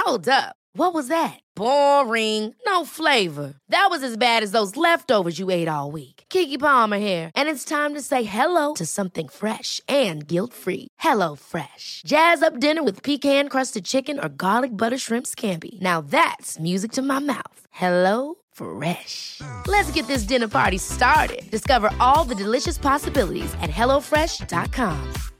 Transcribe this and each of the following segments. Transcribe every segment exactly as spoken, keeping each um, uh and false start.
Hold up. What was that? Boring. No flavor. That was as bad as those leftovers you ate all week. Keke Palmer here, and it's time to say hello to something fresh and guilt-free. Hello Fresh. Jazz up dinner with pecan-crusted chicken or garlic butter shrimp scampi. Now that's music to my mouth. Hello Fresh. Let's get this dinner party started. Discover all the delicious possibilities at hello fresh dot com.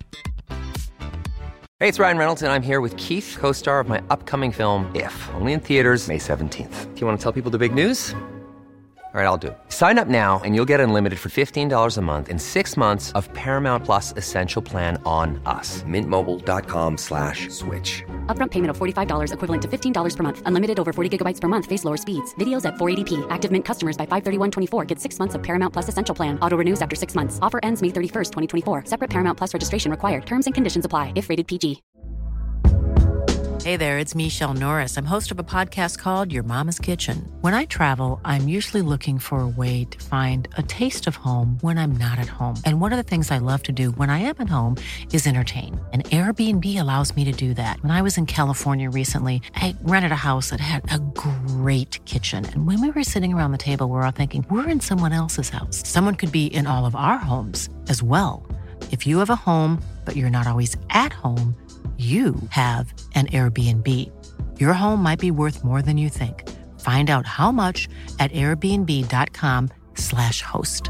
Hey, it's Ryan Reynolds, and I'm here with Keith, co-star of my upcoming film, If, only in theaters May seventeenth. Do you want to tell people the big news? All right, I'll do it. Sign up now and you'll get unlimited for fifteen dollars a month and six months of Paramount Plus Essential Plan on us. Mint Mobile dot com slash switch. Upfront payment of forty-five dollars equivalent to fifteen dollars per month. Unlimited over forty gigabytes per month. Face lower speeds. Videos at four eighty p. Active Mint customers by five thirty-one twenty-four get six months of Paramount Plus Essential Plan. Auto renews after six months. Offer ends May thirty-first, twenty twenty-four. Separate Paramount Plus registration required. Terms and conditions apply if rated P G. Hey there, it's Michelle Norris. I'm host of a podcast called Your Mama's Kitchen. When I travel, I'm usually looking for a way to find a taste of home when I'm not at home. And one of the things I love to do when I am at home is entertain. And Airbnb allows me to do that. When I was in California recently, I rented a house that had a great kitchen. And when we were sitting around the table, we were all thinking, we're in someone else's house. Someone could be in all of our homes as well. If you have a home, but you're not always at home, you have an Airbnb. Your home might be worth more than you think. Find out how much at airbnb dot com slash host.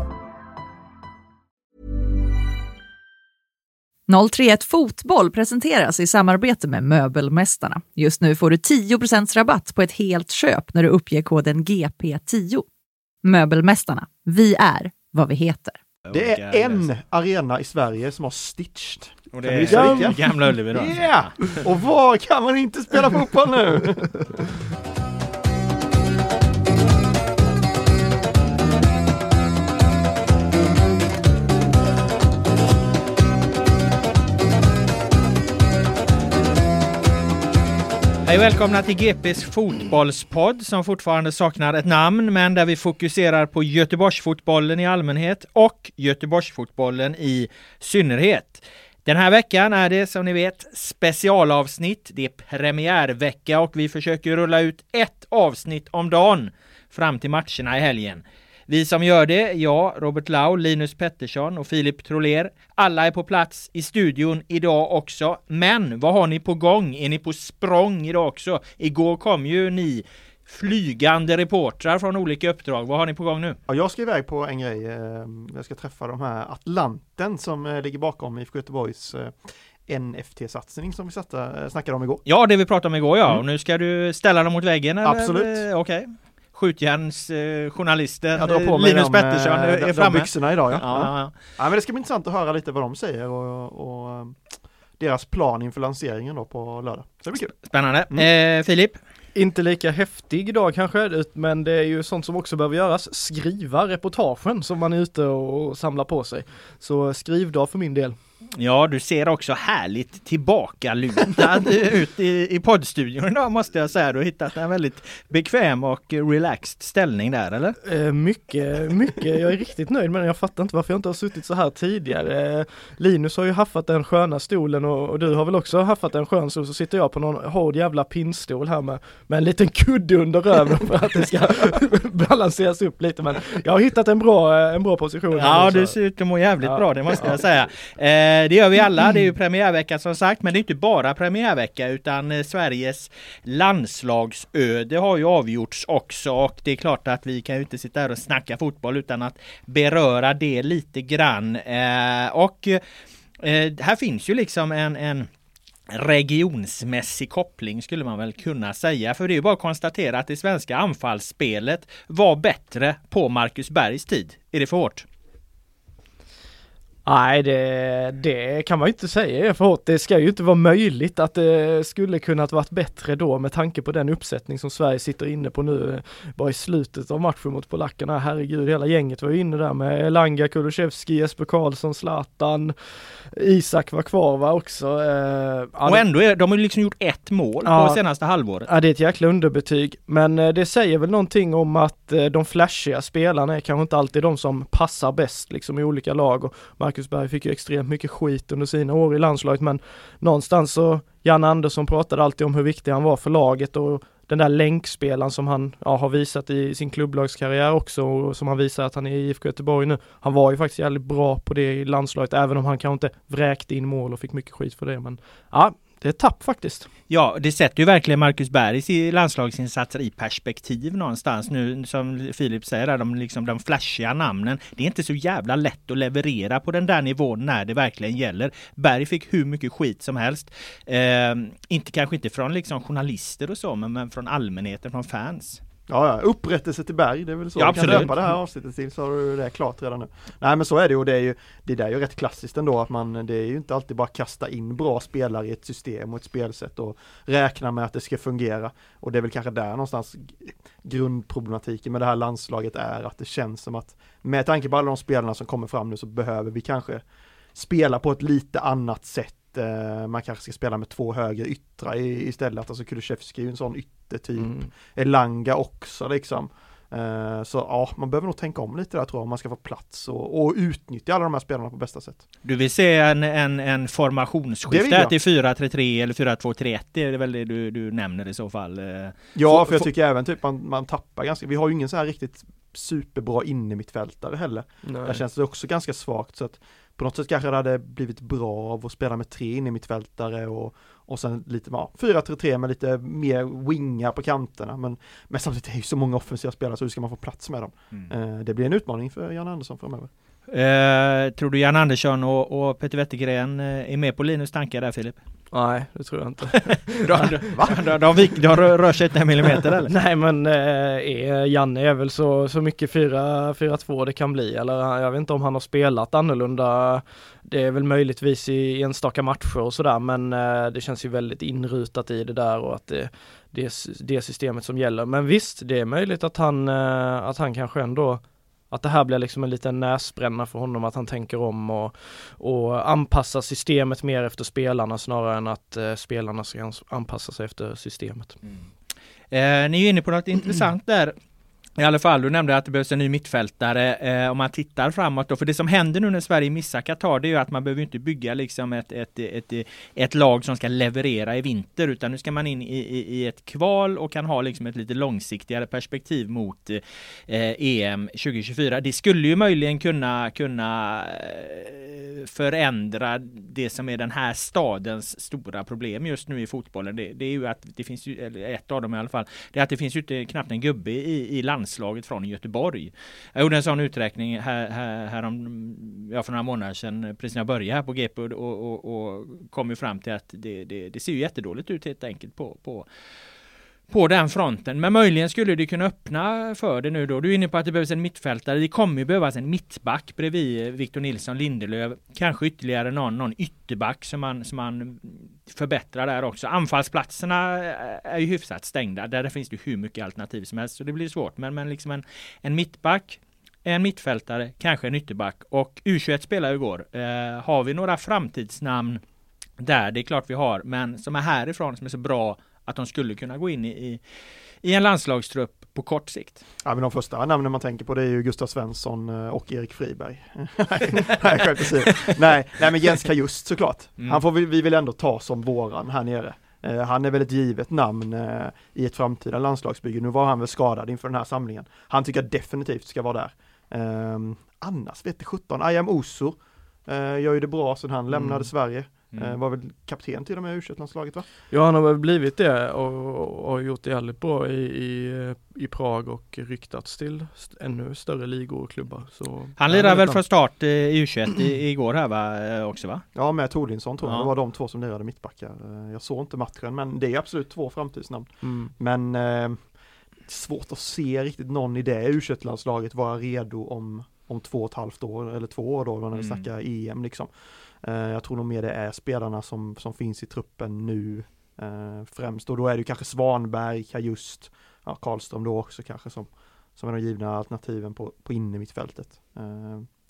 noll tre ett Fotboll presenteras i samarbete med Möbelmästarna. Just nu får du tio procent rabatt på ett helt köp när du uppger koden G P tio. Möbelmästarna. Vi är vad vi heter. Det är en arena i Sverige som har stitched. Och det är Gam- Gamla Ullevi då. Yeah! Och var kan man inte spela fotboll nu? Hej, välkomna till G P:s fotbollspodd som fortfarande saknar ett namn, men där vi fokuserar på Göteborgsfotbollen i allmänhet och Göteborgsfotbollen i synnerhet. Den här veckan är det, som ni vet, specialavsnitt. Det är premiärvecka och vi försöker rulla ut ett avsnitt om dagen fram till matcherna i helgen. Vi som gör det, jag, Robert Lau, Linus Pettersson och Filip Troller, alla är på plats i studion idag också. Men vad har ni på gång? Är ni på språng idag också? Igår kom ju ni flygande reportrar från olika uppdrag. Vad har ni på gång nu? Ja, jag ska iväg på en grej. Jag ska träffa de här Atlanten som ligger bakom I F K Göteborgs N F T-satsning som vi satta, snackade om igår. Ja, det vi pratade om igår, ja. Mm. Och nu ska du ställa dem mot väggen? Eller? Absolut. Okej. Okay. Skjutjärns eh, journalisten jag drar på Linus Linus Pettersson är, är de, framme. De byxorna idag, ja. Ja, ja, ja. ja. men det ska bli intressant att höra lite vad de säger och, och, och deras plan inför lanseringen då på lördag. Så det blir kul. Spännande. Mm. Eh, Filip? Inte lika häftig idag kanske, men det är ju sånt som också behöver göras. Skriva reportagen som man är ute och samlar på sig. Så skrivdag för min del. Ja, du ser också härligt tillbakalutad ut i, i poddstudion idag, måste jag säga. Du har hittat en väldigt bekväm och relaxed ställning där, eller? Eh, mycket, mycket. Jag är riktigt nöjd, men jag fattar inte varför jag inte har suttit så här tidigare. Eh, Linus har ju haffat den sköna stolen och, och du har väl också haffat en skön stol, så sitter jag på någon hård jävla pinnstol här med, med en liten kudde under röven för att det ska balanseras upp lite. Men jag har hittat en bra, en bra position. Ja, du ser ut att må jävligt ja. bra, det måste jag säga. Eh, Det gör vi alla, det är ju premiärvecka som sagt, men det är inte bara premiärvecka utan Sveriges landslagsöde har ju avgjorts också, och det är klart att vi kan ju inte sitta här och snacka fotboll utan att beröra det lite grann. Eh, och eh, här finns ju liksom en, en regionsmässig koppling skulle man väl kunna säga, för det är ju bara att konstatera att det svenska anfallsspelet var bättre på Marcus Bergs tid. Är det för hårt? Nej, det, det kan man ju inte säga för hårt. Det ska ju inte vara möjligt att det skulle kunnat varit bättre då med tanke på den uppsättning som Sverige sitter inne på nu. Bara i slutet av matchen mot polackerna. Herregud, hela gänget var ju inne där med Elanga, Kulusevski, Jesper Karlsson, Zlatan, Isak var kvar va också. Eh, och ändå är de har liksom gjort ett mål ja, på senaste halvåret. Ja, det är ett jäkla underbetyg. Men eh, det säger väl någonting om att eh, de flashiga spelarna är kanske inte alltid de som passar bäst liksom i olika lag. Och Marcus Berg fick ju extremt mycket skit under sina år i landslaget, men någonstans så Janne Andersson pratade alltid om hur viktig han var för laget och den där länkspelaren som han ja, har visat i sin klubblagskarriär också och som han visar att han är i I F K Göteborg nu. Han var ju faktiskt jävligt bra på det i landslaget, även om han kanske inte vräkte in mål och fick mycket skit för det, men ja, det är tapp faktiskt. Ja, det sätter ju verkligen Marcus Bergs landslagsinsatser i perspektiv någonstans nu, som Filip säger där, de, liksom, de flashiga namnen. Det är inte så jävla lätt att leverera på den där nivån när det verkligen gäller. Berg fick hur mycket skit som helst. Eh, inte kanske inte från liksom journalister och så, men, men från allmänheten, från fans. Ja, ja, upprättelse till Berg, det är väl så. Ja, du kan absolut. döpa det här avsnittet till, så har du det klart redan nu. Nej, men så är det, och det är ju, det där är ju rätt klassiskt ändå, att man, det är ju inte alltid bara kasta in bra spelare i ett system och ett spelsätt och räkna med att det ska fungera. Och det är väl kanske där någonstans grundproblematiken med det här landslaget är, att det känns som att med tanke på alla de spelarna som kommer fram nu så behöver vi kanske spela på ett lite annat sätt. Man kanske ska spela med två högre yttra istället. Alltså Kulusevski är ju en sån yttertyp. Mm. Elanga också liksom. Så ja, man behöver nog tänka om lite där, tror jag, om man ska få plats och, och utnyttja alla de här spelarna på bästa sätt. Du vill se en, en, en formationsskifte till fyra tre tre eller fyra två tre ett, det är väl det du, du nämner i så fall? Ja, för jag tycker även typ man, man tappar ganska, vi har ju ingen så här riktigt superbra inne mittfältare heller. Nej. Där känns det också ganska svagt, så att på något sätt kanske det hade blivit bra av att spela med tre in i mittfältare och, och sen lite ja, fyra tre tre med lite mer wingar på kanterna, men, men samtidigt är det ju så många offensiva spelare, så hur ska man få plats med dem? Mm. Eh, det blir en utmaning för Jan Andersson framöver. Eh, tror du Jan Andersson och, och Peter Wettergren är med på Linus tankar där, Filip? Nej, det tror jag inte. de, de, de, de, de rör sig inte en millimeter eller? Nej, men eh, Janne är väl så, så mycket fyra två det kan bli. Eller jag vet inte om han har spelat annorlunda. Det är väl möjligtvis i enstaka matcher och sådär. Men eh, det känns ju väldigt inrutat i det där och att det, det är det systemet som gäller. Men visst, det är möjligt att han, eh, att han kanske ändå... Att det här blir liksom en liten näsbränna för honom, att han tänker om och, och anpassa systemet mer efter spelarna snarare än att eh, spelarna ska anpassa sig efter systemet. Mm. Eh, ni är inne på något intressant där. I alla fall, du nämnde att det behövs en ny mittfältare eh, om man tittar framåt då. För det som händer nu när Sverige missar Qatar, det är ju att man behöver inte bygga liksom ett, ett, ett, ett, ett lag som ska leverera i vinter, utan nu ska man in i, i, i ett kval och kan ha liksom ett lite långsiktigare perspektiv mot eh, E M tjugo tjugofyra. Det skulle ju möjligen kunna, kunna eh, förändra det som är den här stadens stora problem just nu i fotbollen. Det, det är ju att det finns ju, eller ett av dem i alla fall, det är att det finns ju inte knappt en gubbe i, i land landslaget från Göteborg. Jag gjorde en sån uträkning här, här, här om, ja, för några månader sedan, precis när jag började här på G P, och, och, och kom ju fram till att det, det, det ser ju jättedåligt ut helt enkelt på, på, på den fronten. Men möjligen skulle det kunna öppna för det nu då. Du är inne på att det behövs en mittfältare. Det kommer ju behövas en mittback bredvid Victor Nilsson Lindelöf. Kanske ytterligare någon, någon ytterback som man, som man förbättrar där också. Anfallsplatserna är ju hyfsat stängda. Där finns det hur mycket alternativ som helst, så det blir svårt. Men, men liksom en, en mittback, en mittfältare, kanske en ytterback. Och U tjugoett spelar ju igår. Eh, har vi några framtidsnamn där? Det är klart vi har. Men som är härifrån, som är så bra att de skulle kunna gå in i, i, i en landslagstrupp på kort sikt. Ja, men de första namnen man tänker på, det är ju Gustav Svensson och Erik Friberg. nej, nej, nej, nej, men Jens Kajust såklart. Mm. Han får vi, vi vill ändå ta som våran här nere. Uh, han är väl ett givet namn uh, i ett framtida landslagsbygge. Nu var han väl skadad inför den här samlingen. Han tycker jag definitivt ska vara där. Uh, annars vet det sjutton. Ayam Oso uh, gör ju det bra sedan han mm. lämnade Sverige. Mm. Var väl kapten till och med i U tjugoett-landslaget, va? Ja, han har väl blivit det och, och gjort det jävligt bra i, i, i Prag och ryktats till st- ännu större ligor och klubbar. Så han lirade väl från start i U tjugoett i, igår här, va, också, va? Ja, med Torlinsson tror jag. Ja. Det var de två som lirade mittbackar. Jag såg inte matchen, men det är absolut två framtidsnamn. Mm. Men eh, svårt att se riktigt någon i det U tjugoett-landslaget vara redo om, om två och ett halvt år, eller två år då, när vi mm. snackar E M liksom. Uh, jag tror nog mer det är spelarna som, som finns i truppen nu uh, främst. Och då är det ju kanske Svanberg, Kajust, ja, Karlström då också kanske som, som är de givna alternativen på, på inne mittfältet. Uh,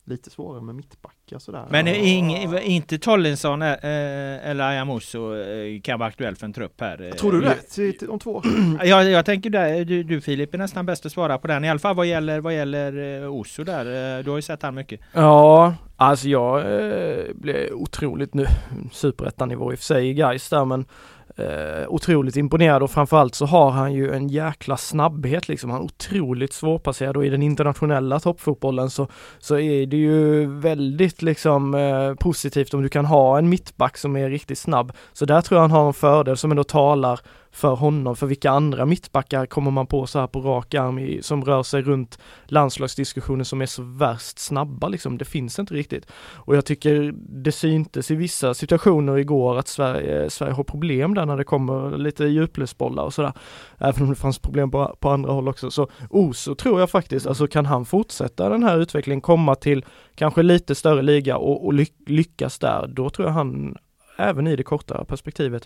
lite svårare med mittbackar sådär. Men är ing, inte Tollinsson äh, eller Ayamuso äh, kan vara aktuell för en trupp här? Äh, Tror du det? Om två? Ja, jag tänker där, du, du Filip är nästan bäst att svara på den. I alla fall vad gäller, vad gäller äh, Oso där. Äh, du har ju sett han mycket. Ja, alltså jag äh, blev otroligt nu, superettanivå i och för sig i Gais där, men Uh, otroligt imponerad och framförallt så har han ju en jäkla snabbhet liksom. Han är otroligt svårpasserad och i den internationella toppfotbollen så, så är det ju väldigt liksom uh, positivt om du kan ha en mittback som är riktigt snabb. Så där tror jag han har en fördel som ändå talar för honom. För vilka andra mittbackar kommer man på så här på rak arm i, som rör sig runt landslagsdiskussioner som är så värst snabba liksom. Det finns inte riktigt. Och jag tycker det syntes i vissa situationer igår att Sverige, Sverige har problem där när det kommer lite djupledsbollar och sådär. Även om det fanns problem på, på andra håll också. Så Oso tror jag faktiskt, alltså kan han fortsätta den här utvecklingen, komma till kanske lite större liga och, och lyckas där, då tror jag han även i det korta perspektivet.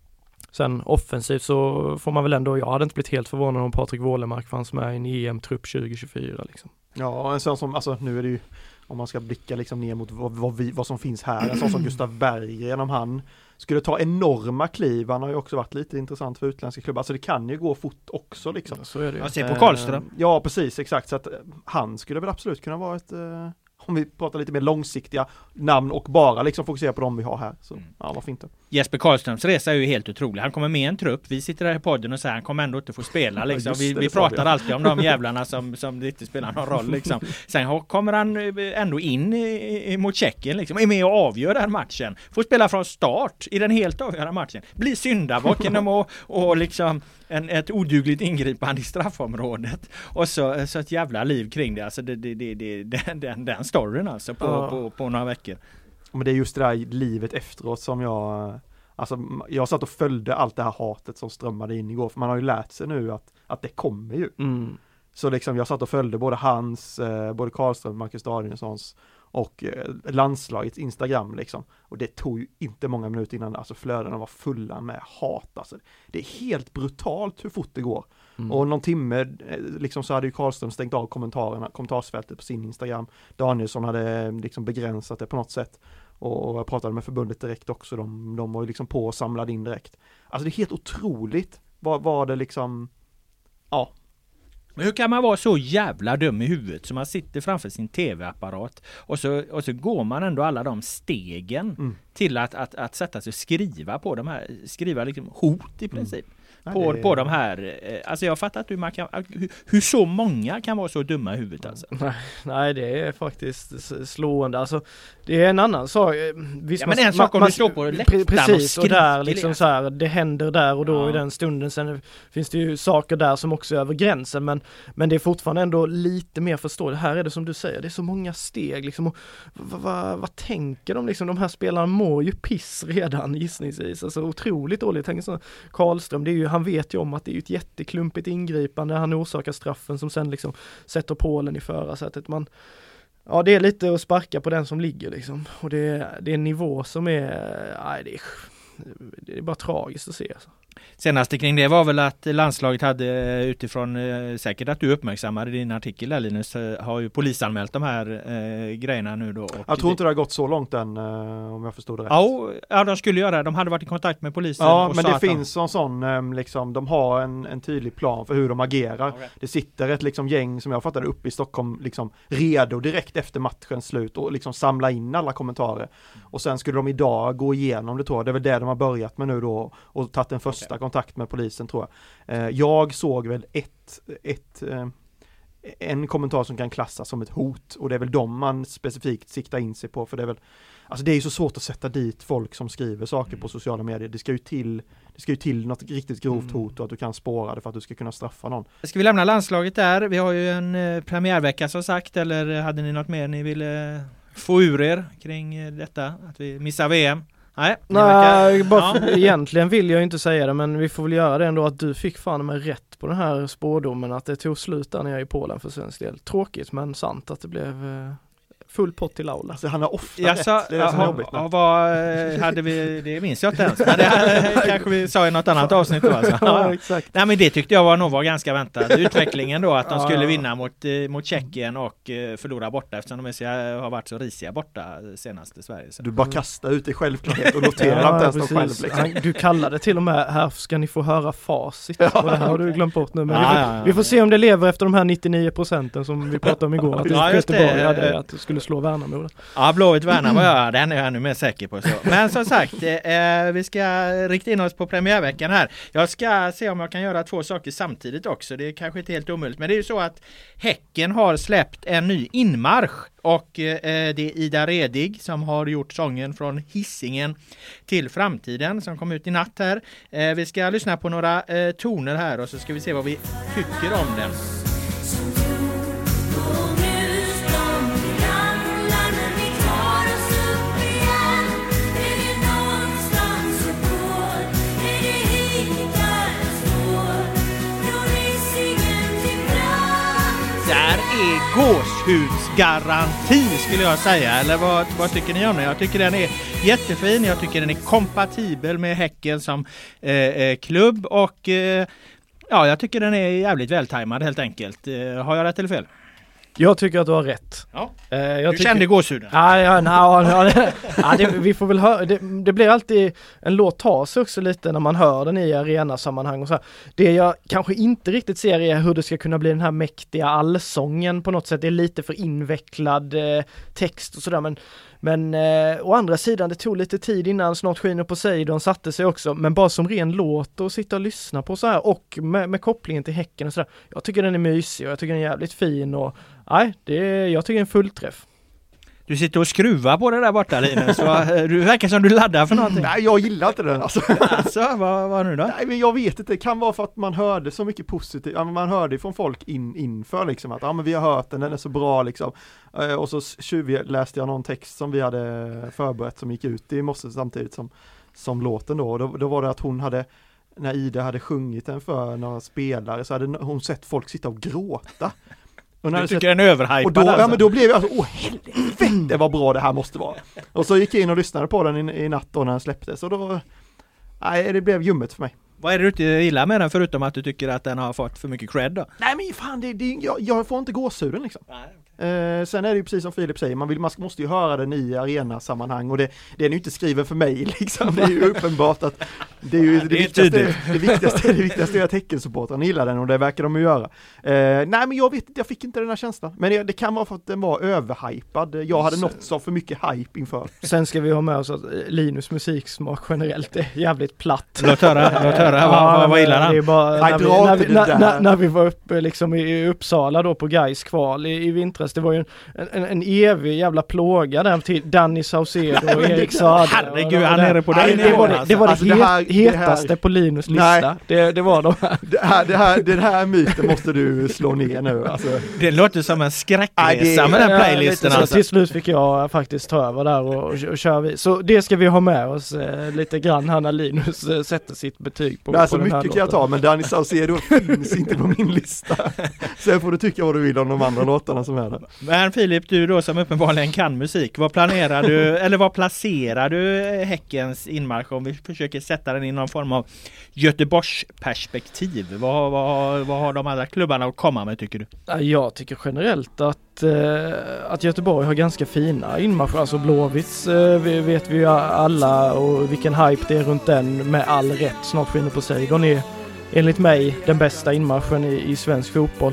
Sen offensivt så får man väl ändå, jag hade inte blivit helt förvånad om Patrik Wålemark fanns med i en E M-trupp tjugo tjugofyra liksom. Ja, en sån som, alltså nu är det ju, om man ska blicka liksom ner mot vad, vad, vi, vad som finns här, en sån som Gustav Berggren, om han skulle ta enorma kliv, han har ju också varit lite intressant för utländska klubbar, alltså det kan ju gå fort också liksom. Ja, så är det ju. Jag ser på Karlström. Eh, ja, precis, exakt, så att han skulle väl absolut kunna vara ett... Eh, om vi pratar lite mer långsiktiga namn och bara liksom fokusera på dem vi har här. Så mm. ja, varför inte? Jesper Karlströms resa är ju helt otrolig. Han kommer med en trupp. Vi sitter där i podden och säger han kommer ändå inte få spela. Liksom. Ja, vi det, vi det pratar vi. alltid om de jävlarna som, som inte spelar någon roll. Liksom. Sen kommer han ändå in i, i, mot Tjeckien. Liksom. Är med och avgör den matchen. Får spela från start i den helt avgörande matchen. Blir syndabock genom att och liksom en, ett odugligt ingripande i straffområdet. Och så, så ett jävla liv kring det. Alltså det, det, det, det, den, den, den storyn alltså på, ja. på, på några veckor. Men det är just det där livet efteråt som jag... Alltså jag satt och följde allt det här hatet som strömmade in igår. För man har ju lärt sig nu att, att det kommer ju. Mm. Så liksom jag satt och följde både hans, eh, både Karlström, Marcus Danielssons och eh, landslagets Instagram liksom. Och det tog ju inte många minuter innan alltså flödena var fulla med hat. Alltså. Det är helt brutalt hur fort det går. Mm. Och någon timme eh, liksom så hade ju Karlström stängt av kommentarerna, kommentarsfältet på sin Instagram. Danielsson hade liksom begränsat det på något sätt. Och jag pratade med förbundet direkt också. De, de var ju liksom på och samlade in direkt. Alltså det är helt otroligt. Vad var det liksom... Ja. Men hur kan man vara så jävla dum i huvudet som man sitter framför sin tv-apparat och så, och så går man ändå alla de stegen mm. till att, att, att sätta sig och skriva på de här, skriva liksom hot i princip. Mm. På, det... på de här, alltså jag fattar att hur, man kan, hur, hur så många kan vara så dumma i huvudet alltså. Nej, nej det är faktiskt slående, alltså det är en annan sak. Visst, ja, men en sak om man, du står på läktaren precis, och, och där liksom så här, det händer där och då ja. i den stunden, sen finns det ju saker där som också är över gränsen, men, men det är fortfarande ändå lite mer förståeligt. Här är det som du säger, det är så många steg liksom, och vad, vad, vad tänker de liksom, de här spelarna mår ju piss redan gissningsvis, alltså otroligt dåligt. Tänk så Karlström, det är ju, han vet ju om att det är ett jätteklumpigt ingripande, han orsakar straffen som sen liksom sätter Polen i förarsätet. Man, ja det är lite att sparka på den som ligger liksom, och det är, det är en nivå som är, nej det är, det är bara tragiskt att se alltså. Senaste kring det var väl att landslaget hade utifrån, eh, säkert att du uppmärksammade din artikel där Linus, eh, har ju polisanmält de här eh, grejerna nu då. Och jag tror inte det har gått så långt än, eh, om jag förstod det rätt. Ja, ja, de skulle göra det. De hade varit i kontakt med polisen. Ja, och men sa det att finns de... en sån, eh, liksom, de har en, en tydlig plan för hur de agerar. Okay. Det sitter ett liksom, gäng som jag fattade uppe i Stockholm liksom, redo direkt efter matchens slut och liksom samla in alla kommentarer. Mm. Och sen skulle de idag gå igenom det, tror jag. Det är väl det de har börjat med nu då och tagit en första okay. kontakt med polisen. Tror jag. Eh, jag såg väl ett, ett eh, en kommentar som kan klassas som ett hot, och det är väl de man specifikt siktar in sig på, för det är väl, alltså det är ju så svårt att sätta dit folk som skriver saker mm. på sociala medier. Det ska ju till det ska ju till något riktigt grovt mm. hot och att du kan spåra det för att du ska kunna straffa någon. Ska vi lämna landslaget där? Vi har ju en eh, premiärvecka som sagt, eller hade ni något mer ni ville få ur er kring detta att vi missar V M? Nej, Nej bara ja. Egentligen vill jag inte säga det, men vi får väl göra det ändå, att du fick fan med rätt på den här spårdomen, att det tog slut där nere i Polen för svensk del. Tråkigt men sant att det blev full pott till Aula. Alltså han har ofta jag rätt, sa, det är det som är jobbigt. Ja, vad hade vi, det minns jag inte ens, men det kanske vi sa i något annat avsnitt då, alltså. Ja, exakt. Nej, men det tyckte jag var nog var ganska väntat. Utvecklingen då, att de skulle vinna mot, mot Tjeckien och förlora borta, eftersom de är så, har varit så risiga borta senast i Sverige. Så. Du bara kastar ut i självklarhet och noterar ja, inte ens dem själv. Liksom. Du kallade till och med, här ska ni få höra facit. Ja, och det här har du glömt bort nu. Men ja, vi, får, ja, ja. vi får se om det lever efter de här nittionio procenten som vi pratade om igår. Att ja, Göteborg hade att du skulle slå Värnamo. Ja, Blåvitt Värnamo, ja, den är jag ännu mer säker på. Så. Men som sagt, eh, vi ska rikta in oss på premiärveckan här. Jag ska se om jag kan göra två saker samtidigt också. Det är kanske inte helt omöjligt. Men det är ju så att Häcken har släppt en ny inmarsch. Och eh, det är Ida Redig som har gjort sången Från Hisingen till framtiden som kom ut i natt här. Eh, vi ska lyssna på några eh, toner här och så ska vi se vad vi tycker om den. Där är gåshudsgaranti skulle jag säga. Eller vad, vad tycker ni om det? Jag tycker den är jättefin. Jag tycker den är kompatibel med Häcken som eh, eh, klubb. Och eh, ja, jag tycker den är jävligt vältajmad helt enkelt. Eh, har jag rätt eller fel? Jag tycker att du har rätt. Ja. Eh, jag du tycker... kände gåshuden? Ja, ja, ja, ja, ja det, vi får väl höra. Det, det blir alltid en låt ta sig också lite när man hör den i arenasammanhang och så här. Det jag kanske inte riktigt ser är hur det ska kunna bli den här mäktiga allsången på något sätt. Det är lite för invecklad eh, text och sådär, men Men eh, å andra sidan, det tog lite tid innan Snart skiner på sig, de satte sig också. Men bara som ren låt och sitta och lyssna på så här och med, med kopplingen till Häcken och sådär. Jag tycker den är mysig och jag tycker den är jävligt fin och nej, det är, jag tycker det är en fullträff. Du sitter och skruvar på det där borta, Linus. Du verkar som du laddar för någonting. Nej, jag gillar inte den. Alltså, alltså vad, vad nu då? Nej, men jag vet inte. Det kan vara för att man hörde så mycket positivt. Ja, man hörde från folk in, inför liksom att ja, men vi har hört den, den är så bra liksom. Eh, och så tjuv läste jag någon text som vi hade förberett som gick ut i morse samtidigt som, som låten då. Och då. Då var det att hon hade, när Ida hade sjungit den för några spelare så hade hon sett folk sitta och gråta. Och när du tycker sett, den är överhypad och då, alltså. Ja, men då blev jag alltså, åh helvete vad bra det här måste vara. Och så gick jag in och lyssnade på den i, i natt då när den släpptes. Och då, nej, det blev ljummet för mig. Vad är det du inte gillar med den förutom att du tycker att den har fått för mycket cred då? Nej men fan, det, det, jag, jag får inte gåshuden liksom. Nej, okay. Eh, sen är det ju precis som Filip säger, man, vill, man måste ju höra den i arenasammanhang och det, det är ju inte skriven för mig liksom, det är ju uppenbart att det är ju det, det, viktigaste, det, viktigaste, det viktigaste är att Häckensupportrarna gillar den och det verkar de ju göra. Eh, nej men jag vet inte, jag fick inte den här känslan, men det, det kan vara för att den var överhypad, jag hade nått så för mycket hype inför. Sen ska vi ha med oss att Linus musiksmak generellt är jävligt platt. Låt höra, låt höra, ja, vad, vad, vad gillar han? Det är bara, när, vi, när, vi, när, när, när vi var uppe liksom i Uppsala då på Gais kval i, i vintras, det var ju en, en, en evig jävla plåga där till Danny Saucedo och Erik Saade. Herregud, han är på det. Det var det, det, var alltså, det, het, det här, hetaste det här, på Linus lista. Det, det var de här. Det här, det här. Den här myten måste du slå ner nu. Alltså. Det låter som en skräckresa med den playlisten. Ja, alltså. Till slut fick jag faktiskt ta över där och, och, och köra vid. Så det ska vi ha med oss eh, lite grann här när Linus eh, sätter sitt betyg på, alltså, på den här mycket kan jag ta, men Danny Saucedo finns inte på min lista. Sen får du tycka vad du vill om de andra låtarna som är där. Men Filip, du då som uppenbarligen kan musik, vad planerar du, eller vad placerar du Häckens inmarsch om vi försöker sätta den i någon form av Göteborgs perspektiv? Vad, vad, vad har de andra klubbarna att komma med, tycker du? Jag tycker generellt att, eh, att Göteborg har ganska fina inmarscher, alltså Blåvitts eh, vet vi ju alla och vilken hype det är runt den, med all rätt. Snart skiner på sig. De är enligt mig den bästa inmarschen i, i svensk fotboll.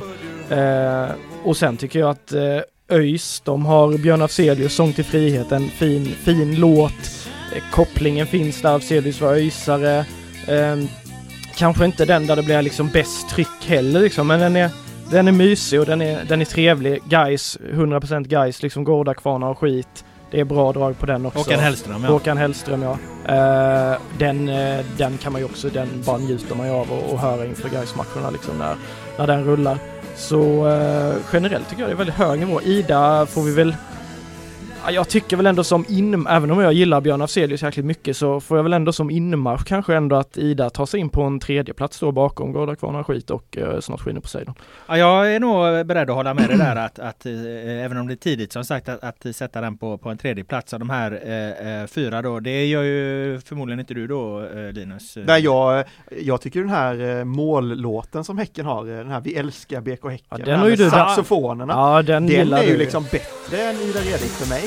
Eh, och sen tycker jag att eh, ÖIS, de har Björn Afzelius, Sång till frihet, en fin, fin låt. Eh, kopplingen finns där, Afzelius var ÖISare. Eh, kanske inte den där det blir liksom bäst tryck heller liksom, men den är, den är mysig och den är, den är trevlig. Guys, hundra procent Guys, liksom Gårdakvarnar och skit. Det är bra drag på den också. Håkan Hellström, ja. Håkan Hellström, ja. Uh, den, uh, den kan man ju också, den bara njuter man ju av och, och höra inför Guys-matcherna liksom när, när den rullar. Så uh, generellt tycker jag det är väldigt hög nivå. Ida får vi väl Ja, jag tycker väl ändå som in, även om jag gillar Björn Afzelius jäkligt mycket, så får jag väl ändå som inmarsch kanske ändå att Ida tar sig in på en tredje plats då bakom Gårda Kvarna Skit och uh, snart skiner på sidan. Ja, jag är nog beredd att hålla med det där att, att äh, även om det är tidigt som sagt att, att sätta den på, på en tredje plats av de här äh, fyra då. Det gör ju förmodligen inte du då, äh, Linus. Nej, jag, jag tycker den här äh, mållåten som Häcken har, den här Vi älskar B K Häcken, ja, den, den har ju du saxofonerna, ja, den, den är ju du. liksom bättre än Ida Reding för mig.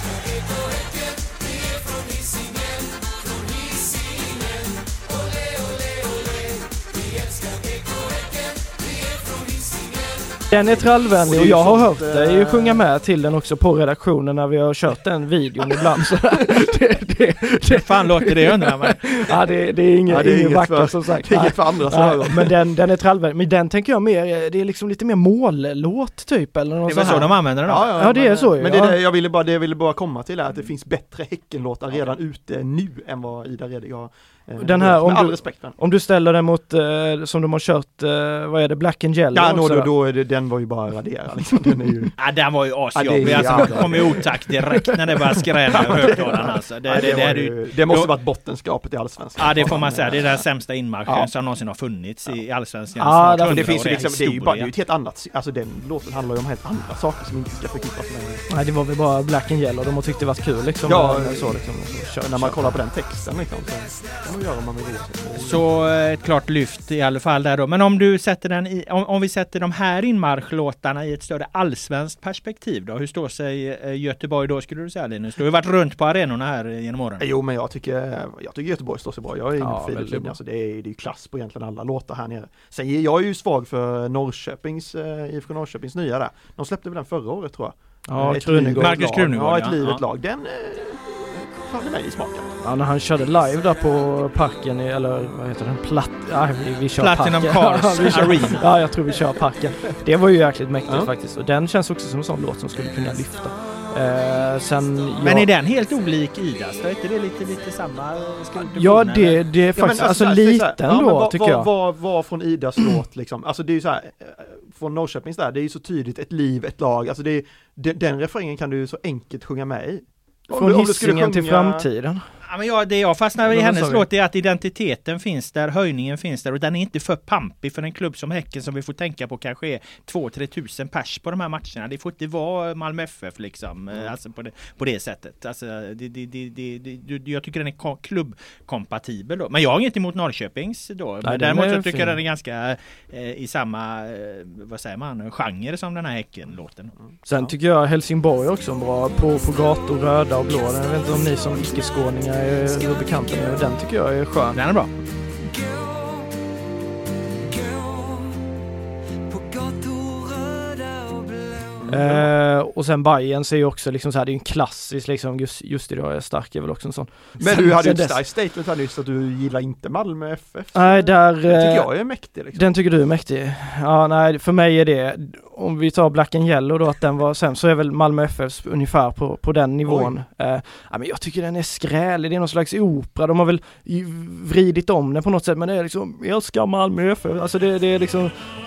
Den är trallvänlig och jag har hört dig sjunga med till den också på redaktionen när vi har kört den videon ibland. Så det, det, det fan låter det undrar man. Ja, det, det är ingen, ja, det är ingen vacker som sagt. Det är inget för andra så ja, men den, den är trallvänlig. Men den tänker jag mer, det är liksom lite mer mållåt typ. Eller något det var så, så de använder den då? Ja, ja, ja det men, är så. Men ja. det, är det, jag ville bara, det jag ville bara komma till är att det finns bättre Häckenlåtar redan ute nu än vad Ida Reding har. Den här, om, all du, respekt, om du ställer den mot eh, som de har kört, eh, vad är det, Black and Yellow? Ja, no, då, då är det, den var ju bara raderad liksom. Den är ju... ja, den var ju asjobbig. Ja, alltså, man kom i otakt direkt när det bara skrämde över högtalarna. Alltså. Det, ja, det, det, det, det, ju, det måste varit bottenskapet i Allsvenskan. Ja, det får man säga. Det är den sämsta inmarschen ja. som någonsin har funnits i Allsvenskan. Ja, det, det finns ju liksom, det är ju bara, det är ju ett helt annat, alltså den låten handlar ju om helt andra saker som inte ska förknippas med. Nej, det var väl bara Black and Yellow, de har tyckt det varit kul liksom. Ja, så, liksom, så, kör, när man kollar på den texten liksom, så kan man göra om man vill. Så ett klart lyft i alla fall där då. Men om du sätter den i, om, om vi sätter de här inmarschlåtarna i ett större allsvenskt perspektiv då, hur står sig eh, Göteborg då, skulle du säga, Linus? Du har ju varit runt på arenorna här genom åren. Jo, men jag tycker, jag tycker Göteborg står sig bra. Jag är inne ja, på Filip, alltså det är, det är ju klass på egentligen alla låtar här nere. Sen jag är ju svag för Norrköpings, eh, I F K Norrköpings nya där. De släppte väl den förra året tror jag. Ja, ett Krunegård. Marcus Krunegård. Ja, ett ja. livet ja. lag. Den eh, faller mig i smaken. Ja, när han körde live där på parken, i, eller vad heter den? Platt, ja, vi, vi kör Platinum parken. Cars vi kör, Arena. Ja, jag tror vi kör parken. Det var ju jäkligt mäktigt ja. faktiskt. Och den känns också som en sån låt som skulle kunna lyfta. Eh, sen, men jag... är den helt olik Idas? Är inte det lite, lite samma? Ja, det, det är faktiskt, ja, alltså, alltså liten ja, då vad, tycker vad, jag. Vad var från Idas låt liksom? Alltså det är ju så här, från Norrköpings där, det är ju så tydligt ett liv, ett lag. Alltså det är, den, den refrängen kan du ju så enkelt sjunga med i. Från Hisingen till framtiden. Ja, men jag, det jag fastnar i hennes låt är att identiteten finns där, höjningen finns där och den är inte för pampig för en klubb som Häcken som vi får tänka på kanske är två till tre tusen pers på de här matcherna. Det får inte vara Malmö F F liksom, mm. alltså på det, på det sättet. Alltså, det, det, det, det, det, jag tycker den är klubbkompatibel då. Men jag har inget emot Norrköpings då. Nej, däremot så tycker jag den är ganska eh, i samma, eh, vad säger man, genre som den här Häcken-låten. Mm. Sen tycker jag Helsingborg också bra på, på gator, röda och blå. Jag vet inte om ni som icke-skåningar är bekanta med, den tycker jag är skön. Den är bra. Eh, och sen Bayern ser ju också liksom så här, det är en klassisk liksom, just, just idag är stark är väl också en sån. Men sen, du hade ju ett dess... starkt statement här nyss att du gillar inte Malmö F F. Nej, där... Det tycker jag är mäktig liksom. Den tycker du är mäktig. Ja, nej, för mig är det, om vi tar Black and Yellow då, att den var sämst, så är väl Malmö F F ungefär på, på den nivån. Eh, ja, men jag tycker den är skrälig, det är någon slags opera, de har väl vridit om den på något sätt, men det är liksom, jag älskar Malmö F F, alltså det, det är liksom...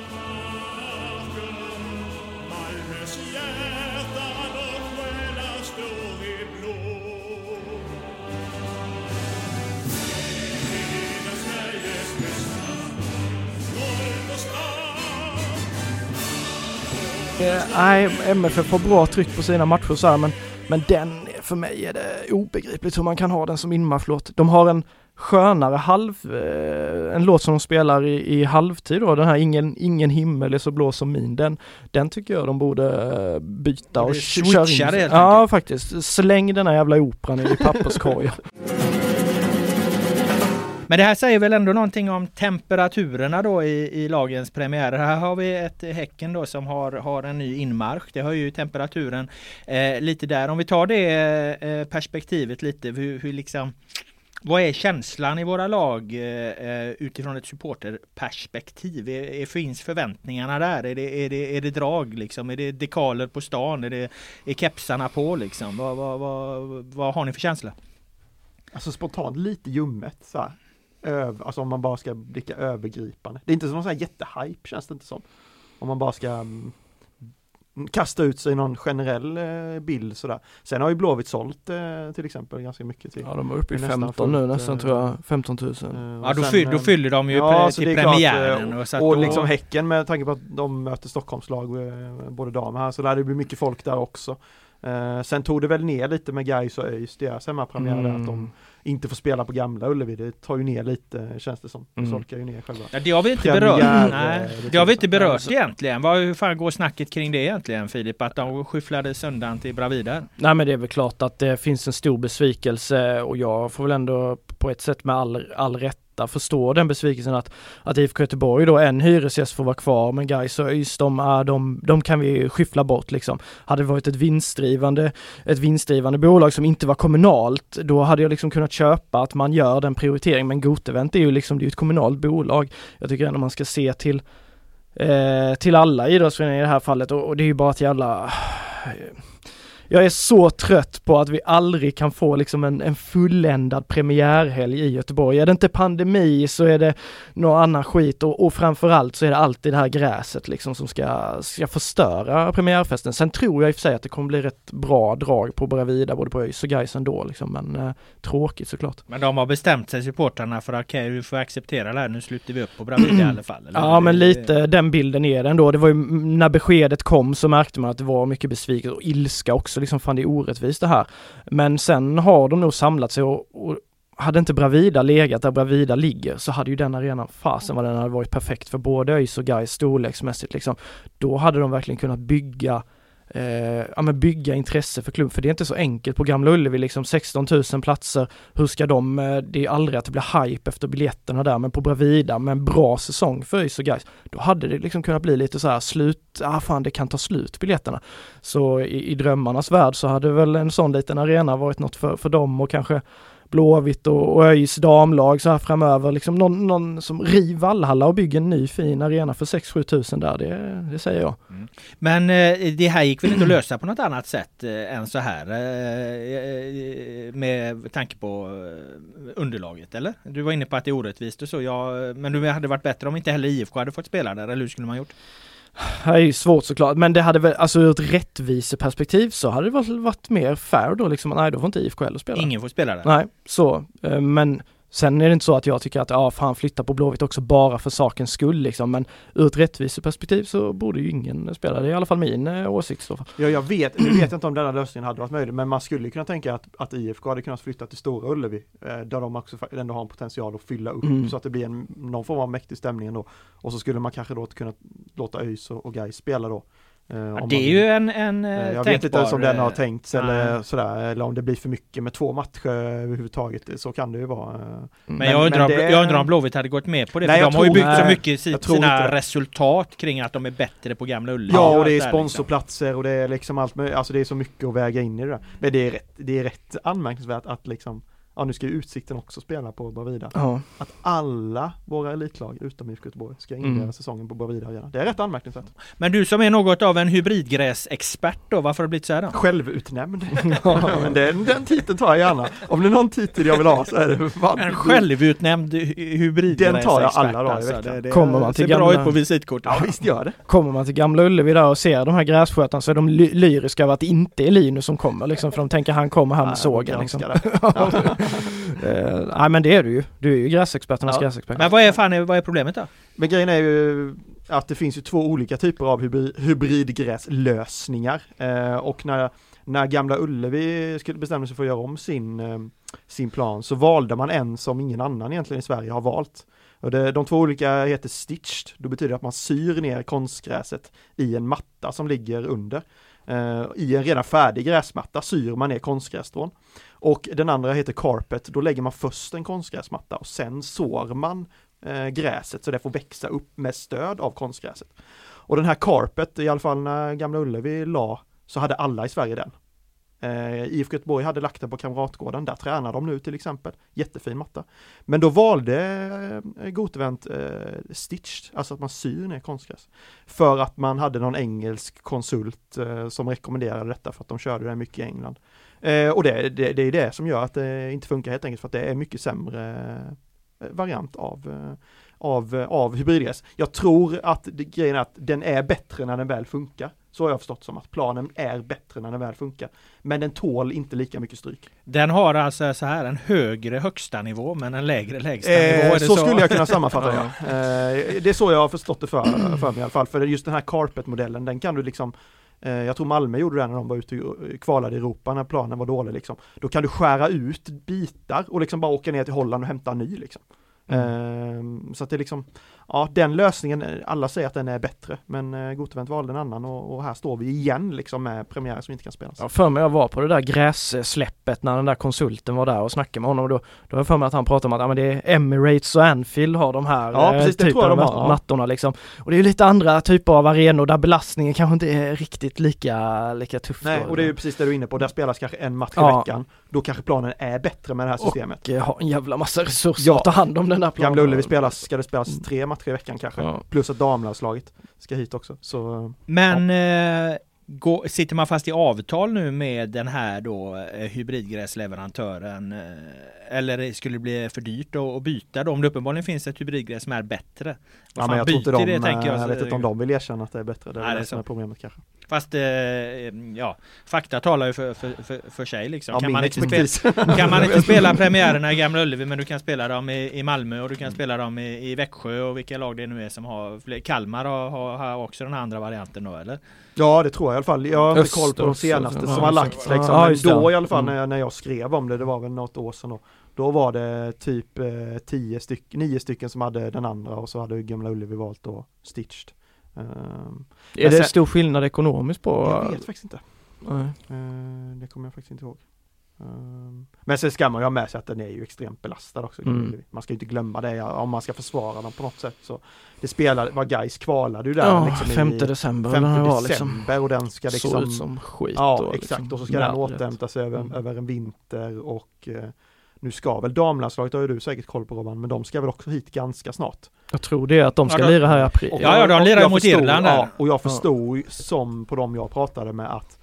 Nej, M F F får bra tryck på sina matcher så här, men, men den, för mig är det obegripligt hur man kan ha den som inmarschlåt. De har en skönare halv, eh, en låt som de spelar i, i halvtid då, den här ingen, ingen himmel är så blå som min, den, den tycker jag de borde byta och köra in. Ja, faktiskt. Släng den här jävla operan i papperskorgen. Men det här säger väl ändå någonting om temperaturerna då i, i lagens premiärer. Här har vi ett Häcken då som har, har en ny inmarsch. Det har ju temperaturen eh, lite där. Om vi tar det eh, perspektivet lite, hur, hur liksom, vad är känslan i våra lag eh, utifrån ett supporterperspektiv? Är, är, finns förväntningarna där? Är det, är det, är det drag liksom? Är det dekaler på stan? Är det är kepsarna på liksom? Vad, vad, vad, vad har ni för känsla? Alltså spontant lite ljummet så här. Över, alltså om man bara ska blicka övergripande. Det är inte som någon sån här jättehype, känns det inte som. Om man bara ska um, kasta ut sig i någon generell eh, bild sådär. Sen har ju Blåvitt sålt eh, till exempel ganska mycket till. Ja, de är uppe i femton nu nästan, tror jag. femton tusen. Eh, ja, då, sen, fyll, då fyller de ju ja, pre- till premiären. Klart, och så och då... liksom Häcken, med tanke på att de möter Stockholmslag, eh, både damer här, så där det blir mycket folk där också. Eh, sen tog det väl ner lite med Gais och ÖIS, deras hemmapremiär, mm. att de inte får spela på gamla Ullevi. Det tar ju ner lite, känns det som. Mm. Solkar ju ner själva. Ja, det har vi inte Premiär, berört. Nej, det, det har vi inte berört alltså. egentligen. Vad, hur fan går snacket kring det egentligen, Filip? Att de skyfflade söndagen till Bravida? Nej, men det är väl klart att det finns en stor besvikelse, och jag får väl ändå på ett sätt med all, all rätt förstår den besvikelsen att, att I F K Göteborg då, en hyresgäst får vara kvar, men Gais och ÖIS, de, är, de, de kan vi skyffla bort liksom. Hade det varit ett vinstdrivande, ett vinstdrivande bolag som inte var kommunalt, då hade jag liksom kunnat köpa att man gör den prioriteringen, men Gotevent är ju liksom, det är ju ett kommunalt bolag. Jag tycker ändå man ska se till eh, till alla idrottsföreningar i det här fallet, och, och det är ju bara till alla... Jag är så trött på att vi aldrig kan få liksom en, en fulländad premiärhelg i Göteborg. Är det inte pandemi så är det någon annan skit, och, och framförallt så är det alltid det här gräset liksom som ska, ska förstöra premiärfesten. Sen tror jag i och för sig att det kommer bli rätt bra drag på Bravida, både på ÖIS och Gais ändå liksom, men eh, tråkigt såklart. Men de har bestämt sig, supportarna, för att okej, vi får acceptera det här, nu slutar vi upp på Bravida i alla fall. Eller? Ja, men lite den bilden är det ändå. Det var ju, när beskedet kom så märkte man att det var mycket besvikelse och ilska också. Liksom, fan, det är orättvist det här. Men sen har de nog samlat sig, och, och hade inte Bravida legat där Bravida ligger, så hade ju den arenan, fasen vad den hade varit perfekt för både ÖIS och Gais storleksmässigt liksom. Då hade de verkligen kunnat bygga Eh, ja, men bygga intresse för klubben, för det är inte så enkelt på Gamla Ullevi liksom, sexton tusen platser, hur ska de, eh, det är aldrig att det blir hype efter biljetterna där, men på Bravida med en bra säsong för ÖIS och Gais, då hade det liksom kunnat bli lite så här slut, ah fan det kan ta slut biljetterna, så i, i drömmarnas värld så hade väl en sån liten arena varit något för, för dem, och kanske Blåvitt och, och ÖIS damlag så här framöver, liksom någon, någon som river Vallhalla och bygger en ny fin arena för sex sju tusen där, det, det säger jag. Mm. Men eh, det här gick väl inte att lösa på något annat sätt eh, än så här eh, med tanke på eh, underlaget, eller? Du var inne på att det är orättvist och så, ja, men det hade varit bättre om inte heller I F K hade fått spela där, eller hur skulle man gjort? Det är ju svårt såklart, men det hade väl, alltså ur ett rättviseperspektiv så hade det väl varit mer fair då liksom, nej då får inte I F K heller spela. Ingen får spela där. Nej, så, men sen är det inte så att jag tycker att ja fan flytta på Blåvitt också bara för sakens skull liksom, men ur ett rättviseperspektiv så borde ju ingen spela, det är i alla fall min eh, åsikt så. Ja, jag vet, nu vet jag inte om denna lösningen hade varit möjlig, men man skulle kunna tänka att, att I F K hade kunnat flytta till Stora Ullevi, eh, där de också ändå har en potential att fylla upp, mm. så att det blir en, någon form av mäktig stämning då, och så skulle man kanske då kunna låta ÖIS och, och Gais spela då. Ja, det man, är ju en, en eh, Jag tänkbar, vet inte om den har tänkts eller sådär, eller om det blir för mycket med två matcher överhuvudtaget, så kan det ju vara. Men, men jag undrar, men det, jag undrar om Blåvitt hade gått med på det, nej, för de har ju byggt nej, så mycket si, sina inte. resultat kring att de är bättre på Gamla Ullevi. Ja, och det är sponsorplatser och det är liksom allt med, alltså det är så mycket att väga in i det där. Men det är rätt, det är rätt anmärkningsvärt att liksom, ja nu ska ju Utsikten också spela på Bravida. Ja. Att alla våra elitlag utom I F K Göteborg ska inleda mm. säsongen på Bravida igen. Det är rätt anmärkningsvärt. Men du som är något av en hybridgräsexpert då, varför har det blivit så här då? Självutnämnd. Ja, men den, den titeln tar jag gärna. Om det är någon titel jag vill ha så är det fan. En självutnämnd hybridgräsexpert. Den tar jag alla dagar i veckan. Det, kommer man till ser gamla... bra ut på visitkortet. Ja, visst gör det. Kommer man till Gamla Ullevi där och ser de här grässkötarna så är de ly- lyriska över att det inte är Linus som kommer liksom, för de tänker han kommer här med sågen liksom. Ja. Uh, nej men det är du ju. Du är ju gräsexperternas ja. gräsexpert. Men vad är fan vad är problemet då? Men grejen är ju att det finns ju två olika typer av hybrid, hybridgräslösningar. Eh, och när, när Gamla Ullevi skulle bestämma sig för att göra om sin, eh, sin plan, så valde man en som ingen annan egentligen i Sverige har valt. Och det, de två olika heter stitched. Det betyder att man syr ner konstgräset i en matta som ligger under. Uh, I en redan färdig gräsmatta syr man ner konstgrässtrån. Och den andra heter carpet. Då lägger man först en konstgräsmatta och sen sår man uh, gräset så det får växa upp med stöd av konstgräset. Och den här carpet, i alla fall när Gamla Ullevi la, så hade alla i Sverige den. Uh, I F K Göteborg hade lagt den på Kamratgården, där tränar de nu till exempel. Jättefin matta. Men då valde uh, Gotevent uh, stitched, alltså att man syr ner konstgräs. För att man hade någon engelsk konsult uh, som rekommenderade detta för att de körde det mycket i England. Uh, och det, det, det är det som gör att det inte funkar helt enkelt, för att det är mycket sämre uh, variant av, uh, av, uh, av hybridgräs. Jag tror att det, grejen är att den är bättre när den väl funkar. Så har jag förstått som att planen är bättre när den väl funkar. Men den tål inte lika mycket stryk. Den har alltså så här en högre högsta nivå men en lägre lägsta eh, nivå. Är det så, så skulle jag kunna sammanfatta det. Ja. Eh, det är så jag har förstått det för, för mig i alla fall. För just den här carpet-modellen, den kan du liksom eh, jag tror Malmö gjorde det när de var ute och kvalade i Europa när planen var dålig. Liksom. Då kan du skära ut bitar och liksom bara åka ner till Holland och hämta en ny. Liksom. Mm. Eh, så att det är liksom ja, den lösningen, alla säger att den är bättre, men eh, Gotevent valde en annan och, och här står vi igen liksom med premiärer som inte kan spelas. Ja, för mig jag var på det där grässläppet när den där konsulten var där och snackade med honom och då, då var jag för mig att han pratade om att ja, men det är Emirates och Anfield har de här ja, precis, eh, typen av de har, mattorna ja. Liksom. Och det är ju lite andra typer av arenor där belastningen kanske inte är riktigt lika, lika tuff. Nej, då. och det är ju precis det du är inne på, där spelas kanske en match i ja. veckan, då kanske planen är bättre med det här systemet. Och eh, ha en jävla massa resurser ja. att ta hand om den där planen. Gamla Ullevi spelas, ska det spelas tre matcher i veckan kanske. Ja. Plus att damlandslaget ska hit också. Så, men ja. eh, gå, sitter man fast i avtal nu med den här då eh, hybridgräsleverantören eh, eller skulle det bli för dyrt att byta då? Om det uppenbarligen finns ett hybridgräs som är bättre. Ja, men jag tror inte de, det, tänker jag, jag vet inte om de vill erkänna att det är bättre. Det är, nej, det som är problemet kanske. Fast eh, ja, fakta talar ju för, för, för, för sig liksom. Ja, kan, man inte spela, kan man inte spela premiärerna i Gamla Ullevi, men du kan spela dem i, i Malmö och du kan spela dem i, i Växjö och vilka lag det nu är som har Kalmar har, har, har också den andra varianten då, eller? Ja, det tror jag i alla fall. Jag har inte Öst, koll på de senaste också, som ja, har lagts liksom. Ja, men då i alla fall när jag, när jag skrev om det, det var väl något år sedan då. Då var det typ eh, tio styck, nio stycken som hade den andra och så hade Gamla Ullevi valt då Stitched. Um, är det sen, stor skillnad ekonomiskt på? Jag vet faktiskt inte. Mm. Uh, det kommer jag faktiskt inte ihåg. Um, men sen ska man ju ha med sig att den är ju extremt belastad också. Mm. Man ska ju inte glömma det om man ska försvara dem på något sätt. Så det spelar, vad guys kvalade ju där ja, liksom femte december. femte var december liksom, och den ska liksom... Så ut som skit. Ja, och exakt. Liksom, och så ska den återhämtas över, mm. över en vinter och... Uh, nu ska väl damlandslaget, har ju du säkert koll på Robban, men de ska väl också hit ganska snart. Jag tror det att de ska ja, lira här i april. Och, ja, ja, de lirar mot Irland där. Ja, och jag förstod ja. som på dem jag pratade med att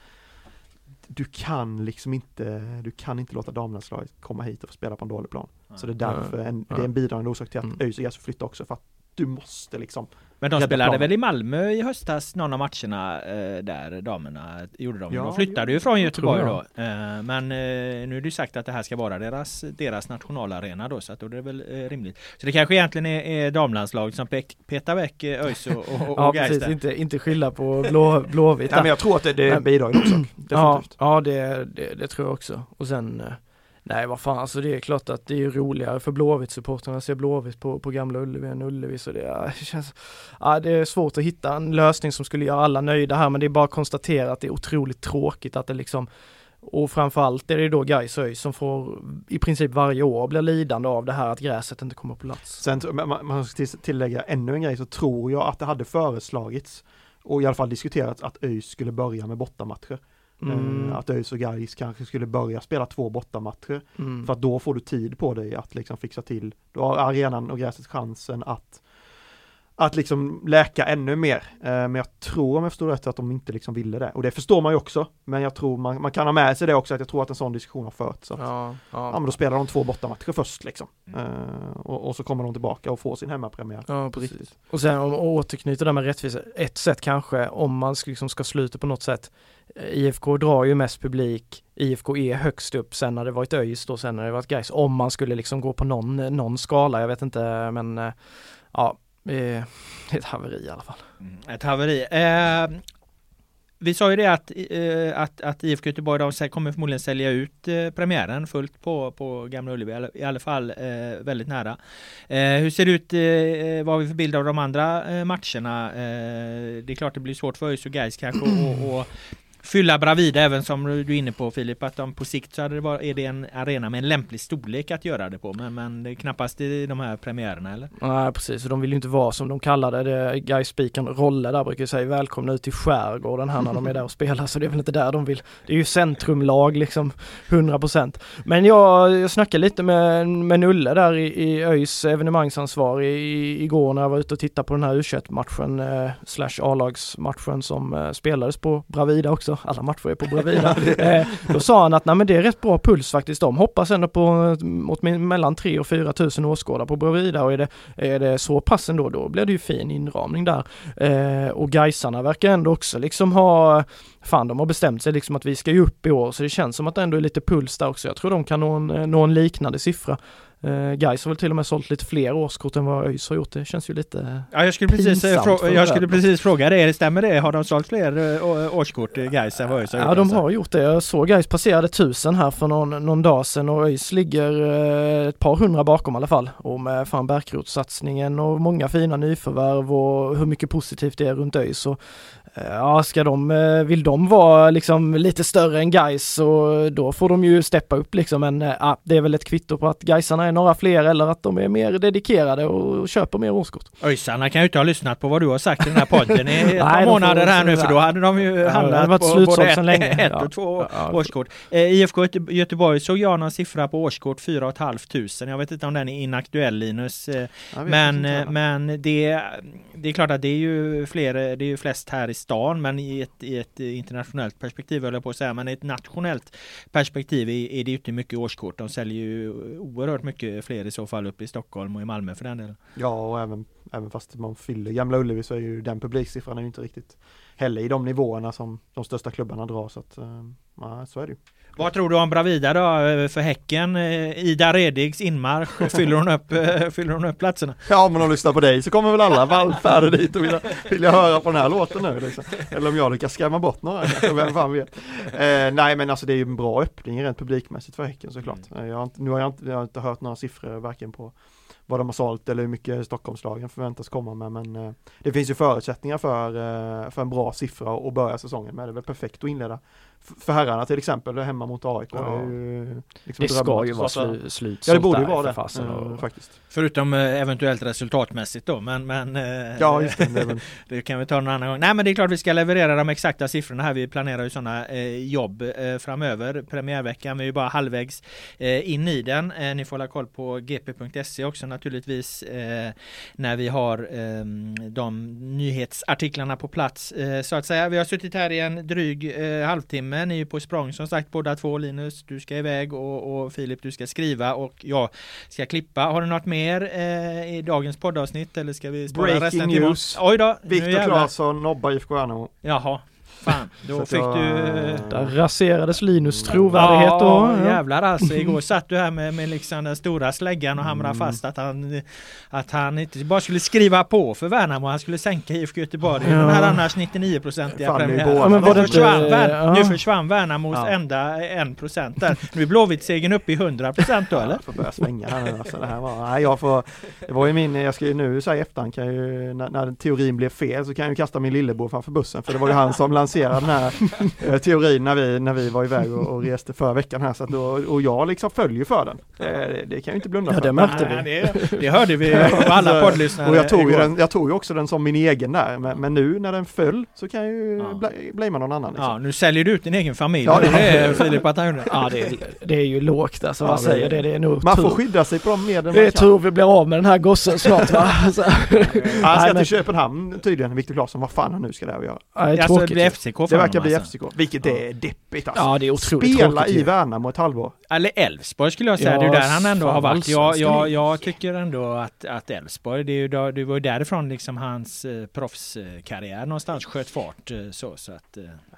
du kan liksom inte du kan inte låta damlandslaget komma hit och få spela på en dålig plan. Ja. Så det är därför en, ja. det är en bidragande orsak till att mm. ÖIS och Gävle flyttar också, för att du måste liksom. Men de spelade planen. väl i Malmö i höstas någon av matcherna eh, där damerna gjorde de. Ja, de flyttade ju från Göteborg då. Eh, men eh, nu är det ju sagt att det här ska vara deras, deras nationalarena då, så att då är det väl eh, rimligt. Så det kanske egentligen är, är damlandslag som pe- petar väck eh, ÖIS och, och, och ja, precis. Inte, inte skilja på blå, blåvitt. Nej, men jag tror att det, det bidrar också. Definitivt. Ja, ja det, det, det tror jag också. Och sen... Eh, Nej, vad fan, alltså det är klart att det är roligare för Blåvitt-supporterna att se Blåvitt på, på Gamla Ullevi än Ullevi, så det, ja, det känns, ja, det är svårt att hitta en lösning som skulle göra alla nöjda här, men det är bara att konstatera att det är otroligt tråkigt att det liksom, och framförallt är det då Gais och ÖIS som får i princip varje år bli lidande av det här att gräset inte kommer på plats. Sen, man, man ska tillägga ännu en grej, så tror jag att det hade föreslagits och i alla fall diskuterats att ÖIS skulle börja med bortamatcher. Mm. Att ÖIS och Gais kanske skulle börja spela två bortamatcher mm. för att då får du tid på dig att liksom fixa till. Då har arenan och gräset chansen att att liksom läka ännu mer. Men jag tror, om jag förstår rätt, att de inte liksom ville det. Och det förstår man ju också. Men jag tror man, man kan ha med sig det också, att jag tror att en sån diskussion har förts. Så att, ja, ja. ja, men då spelar de två bortamatcher först liksom. Mm. Uh, och, och så kommer de tillbaka och får sin hemmapremiär. Ja, precis. Och sen om återknyta där med rättvisa. Ett sätt kanske, om man liksom ska sluta på något sätt. I F K drar ju mest publik. I F K är högst upp, sen när det varit ÖIS då, sen när det varit Gais. Om man skulle liksom gå på någon, någon skala, jag vet inte, men uh, ja. Eh, ett haveri i alla fall. Mm, ett haveri. Eh, vi sa ju det att, eh, att, att I F K Göteborg de kommer förmodligen sälja ut eh, premiären fullt på, på Gamla Ullevi, i alla fall eh, väldigt nära. Eh, hur ser det ut, eh, vad har vi för bild av de andra eh, matcherna? Eh, det är klart det blir svårt för ÖIS och Gais kanske och, och fylla Bravida, även som du är inne på Filip, att de på sikt så hade det varit, är det en arena med en lämplig storlek att göra det på, men, men det är knappast i de här premiärerna, eller? Nej, precis, och de vill ju inte vara som de kallade det, Gais-spiken Rolle där brukar säga välkomna ut till skärgården här när de är där och spelar, så det är väl inte där de vill, det är ju centrumlag liksom, hundra procent. Men jag, jag snackade lite med, med Nulle där i, i ÖIS evenemangsansvar i, igår när jag var ute och tittade på den här U tjugoett-matchen eh, slash A-lagsmatchen som eh, spelades på Bravida också. också. Alla matcher är på Bravida. eh, då sa han att nej, men det är rätt bra puls faktiskt. De hoppas ändå på mot mellan tre och fyra tusen åskådare på Bravida, och är det, är det så pass ändå, då blir det ju fin inramning där. Eh, och Gaisarna verkar ändå också liksom ha, fan de har bestämt sig liksom att vi ska ju upp i år, så det känns som att det ändå är lite puls där också. Jag tror de kan nå en, nå en liknande siffra. Uh, Gais har väl till och med sålt lite fler årskort än vad ÖIS har gjort. Det känns ju lite ja, jag skulle precis, frå- jag skulle precis fråga det. Det stämmer det? Har de sålt fler uh, årskort Gais än vad ÖIS har gjort? Ja, de har gjort det. Jag såg Gais passerade tusen här för någon, någon dag sedan, och ÖIS ligger uh, ett par hundra bakom i alla fall. Och med fan Bärkrotssatsningen och många fina nyförvärv och hur mycket positivt det är runt ÖIS, så ja, ska de, vill de vara liksom lite större än Gais, så då får de ju steppa upp liksom, men ja, det är väl ett kvitto på att Gaisarna är några fler, eller att de är mer dedikerade och köper mer årskort. Öjsarna kan ju inte ha lyssnat på vad du har sagt i den här podden i ett par månader här nu, för då hade de ju handlat ja, på både ett, länge. ett ja. och två ja, årskort. Eh, I F K Göteborg såg jag någon siffra på årskort fyra och ett halvt tusen. Jag vet inte om den är inaktuell, Linus. Eh, men men det, det är klart att det är ju fler, det är ju flest här i stan, men i ett, i ett internationellt perspektiv, eller på att säga, men i ett nationellt perspektiv är, är det ju inte mycket årskort. De säljer ju oerhört mycket fler i så fall upp i Stockholm och i Malmö för den delen. Ja, och även, även fast man fyller Gamla Ullevi, så är ju den publiksiffran är ju inte riktigt heller i de nivåerna som de största klubbarna drar, så att ja, så är det ju. Vad tror du om Bravida då för Häcken? Ida Redigs inmarsch, fyller hon upp, fyller hon upp platserna? Ja, men om de lyssnar på dig så kommer väl alla vallfärder dit och vilja, vilja höra på den här låten nu liksom. Eller om jag lyckas skrämma bort några, vem fan vet. Eh, nej, men alltså det är ju en bra öppning rent publikmässigt för Häcken såklart. Mm. Jag har inte, nu har jag inte, jag har inte hört några siffror varken på vad de har sålt eller hur mycket Stockholmslagen förväntas komma med, men eh, det finns ju förutsättningar för, eh, för en bra siffra och börja säsongen med. Det är väl perfekt att inleda för herrarna till exempel, hemma mot A I K. Ja. Det, är ju, liksom det ska ju vara slu- slut. Ja, det borde ju vara det fasen, och... faktiskt. Förutom eh, eventuellt resultatmässigt då, men, men eh, ja, just det, det, väl... det kan vi ta någon annan gång. Nej, men det är klart vi ska leverera de exakta siffrorna här. Vi planerar ju sådana eh, jobb eh, framöver. Premiärveckan, vi är ju bara halvvägs eh, in i den. Eh, ni får hålla koll på g p punkt se också naturligtvis eh, när vi har eh, de nyhetsartiklarna på plats. Eh, så att säga, vi har suttit här i en dryg eh, halvtimme. Ni är ju på språng som sagt båda två. Linus, du ska iväg och, och Filip, du ska skriva och jag ska klippa. Har du något mer eh, i dagens poddavsnitt, eller ska vi spara Breaking resten news. Oj då, Viktor Claesson nobbar I F K Värnamo. Jaha. Fan, då fick jag, du... Där raserades Linus trovärdighet ja, då. Ja, jävlar alltså. Igår satt du här med, med liksom den stora släggan och hamrade mm. fast att han, att han inte bara skulle skriva på för Värnamo, han skulle sänka I F K Göteborg. Ja. Den här annars nittionio procentiga premiären. Ja, nu, försvann, Vär, ja. nu försvann Värnamos ja. enda en procent där. Nu är Blåvitt-segern upp i hundra procent då, eller? Jag får börja svänga här nu. Alltså, det, här var, nej, jag får, det var ju min, jag ska ju nu säga efterhand, kan ju, när, när teorin blev fel så kan jag ju kasta min lillebror framför bussen, för det var ju han som lanserade den här eh, teorin när vi, när vi var iväg och, och reste förra veckan här, så att då, och jag liksom följer för den. Det, det kan jag inte blunda ja, för. Det märkte nej, vi. Det, det hörde vi på alla poddlyssnare. Och jag tog, ju den, jag tog ju också den som min egen där, men, men nu när den föll så kan jag ju ja. blamea någon annan. Liksom. Ja, nu säljer du ut din egen familj. Ja, det är Filip att han gjorde. Ja, det är, det är ju lågt alltså, ja, vad säger det? Det är nog man tur. får skydda sig på de medel Det är tur vi blir av med den här gossen snart, va? Så. Han ska till Köpenhamn tydligen, Viktor Claesson. Vad fan han nu ska där göra? Ja, det är alltså, tråkigt. det, F C K det verkar bli alltså. F C K, vilket ja. är deppigt alltså. Ja, det är otroligt Spela tråkigt, i Värnamo ett halvår. Eller Elfsborg skulle jag säga, ja, det är där han ändå har varit. Jag, jag, jag, jag tycker ändå att, att Elfsborg, det, är ju då, det var ju därifrån liksom hans eh, proffskarriär någonstans sköt fart. Eh, så, så att,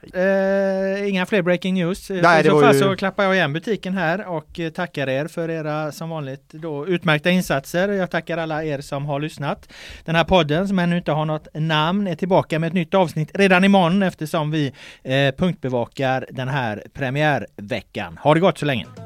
eh, inga fler breaking news. Nej, I så fall ju... så klappar jag igen butiken här och eh, tackar er för era som vanligt då utmärkta insatser. Jag tackar alla er som har lyssnat. Den här podden som ännu inte har något namn är tillbaka med ett nytt avsnitt redan imorgon, eftersom vi eh, punktbevakar den här premiärveckan. Ha det gott så länge!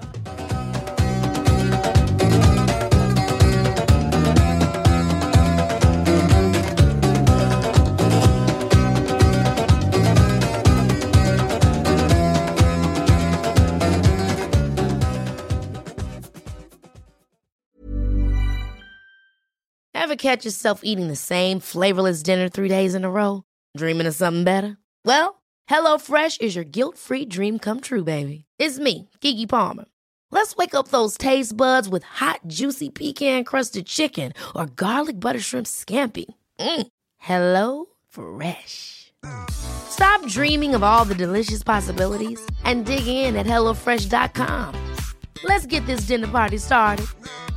Ever catch yourself eating the same flavorless dinner three days in a row? Dreaming of something better? Well, HelloFresh is your guilt-free dream come true, baby. It's me, Keke Palmer. Let's wake up those taste buds with hot, juicy pecan-crusted chicken or garlic butter shrimp scampi. Mm. Hello Fresh. Stop dreaming of all the delicious possibilities and dig in at hello fresh dot com. Let's get this dinner party started.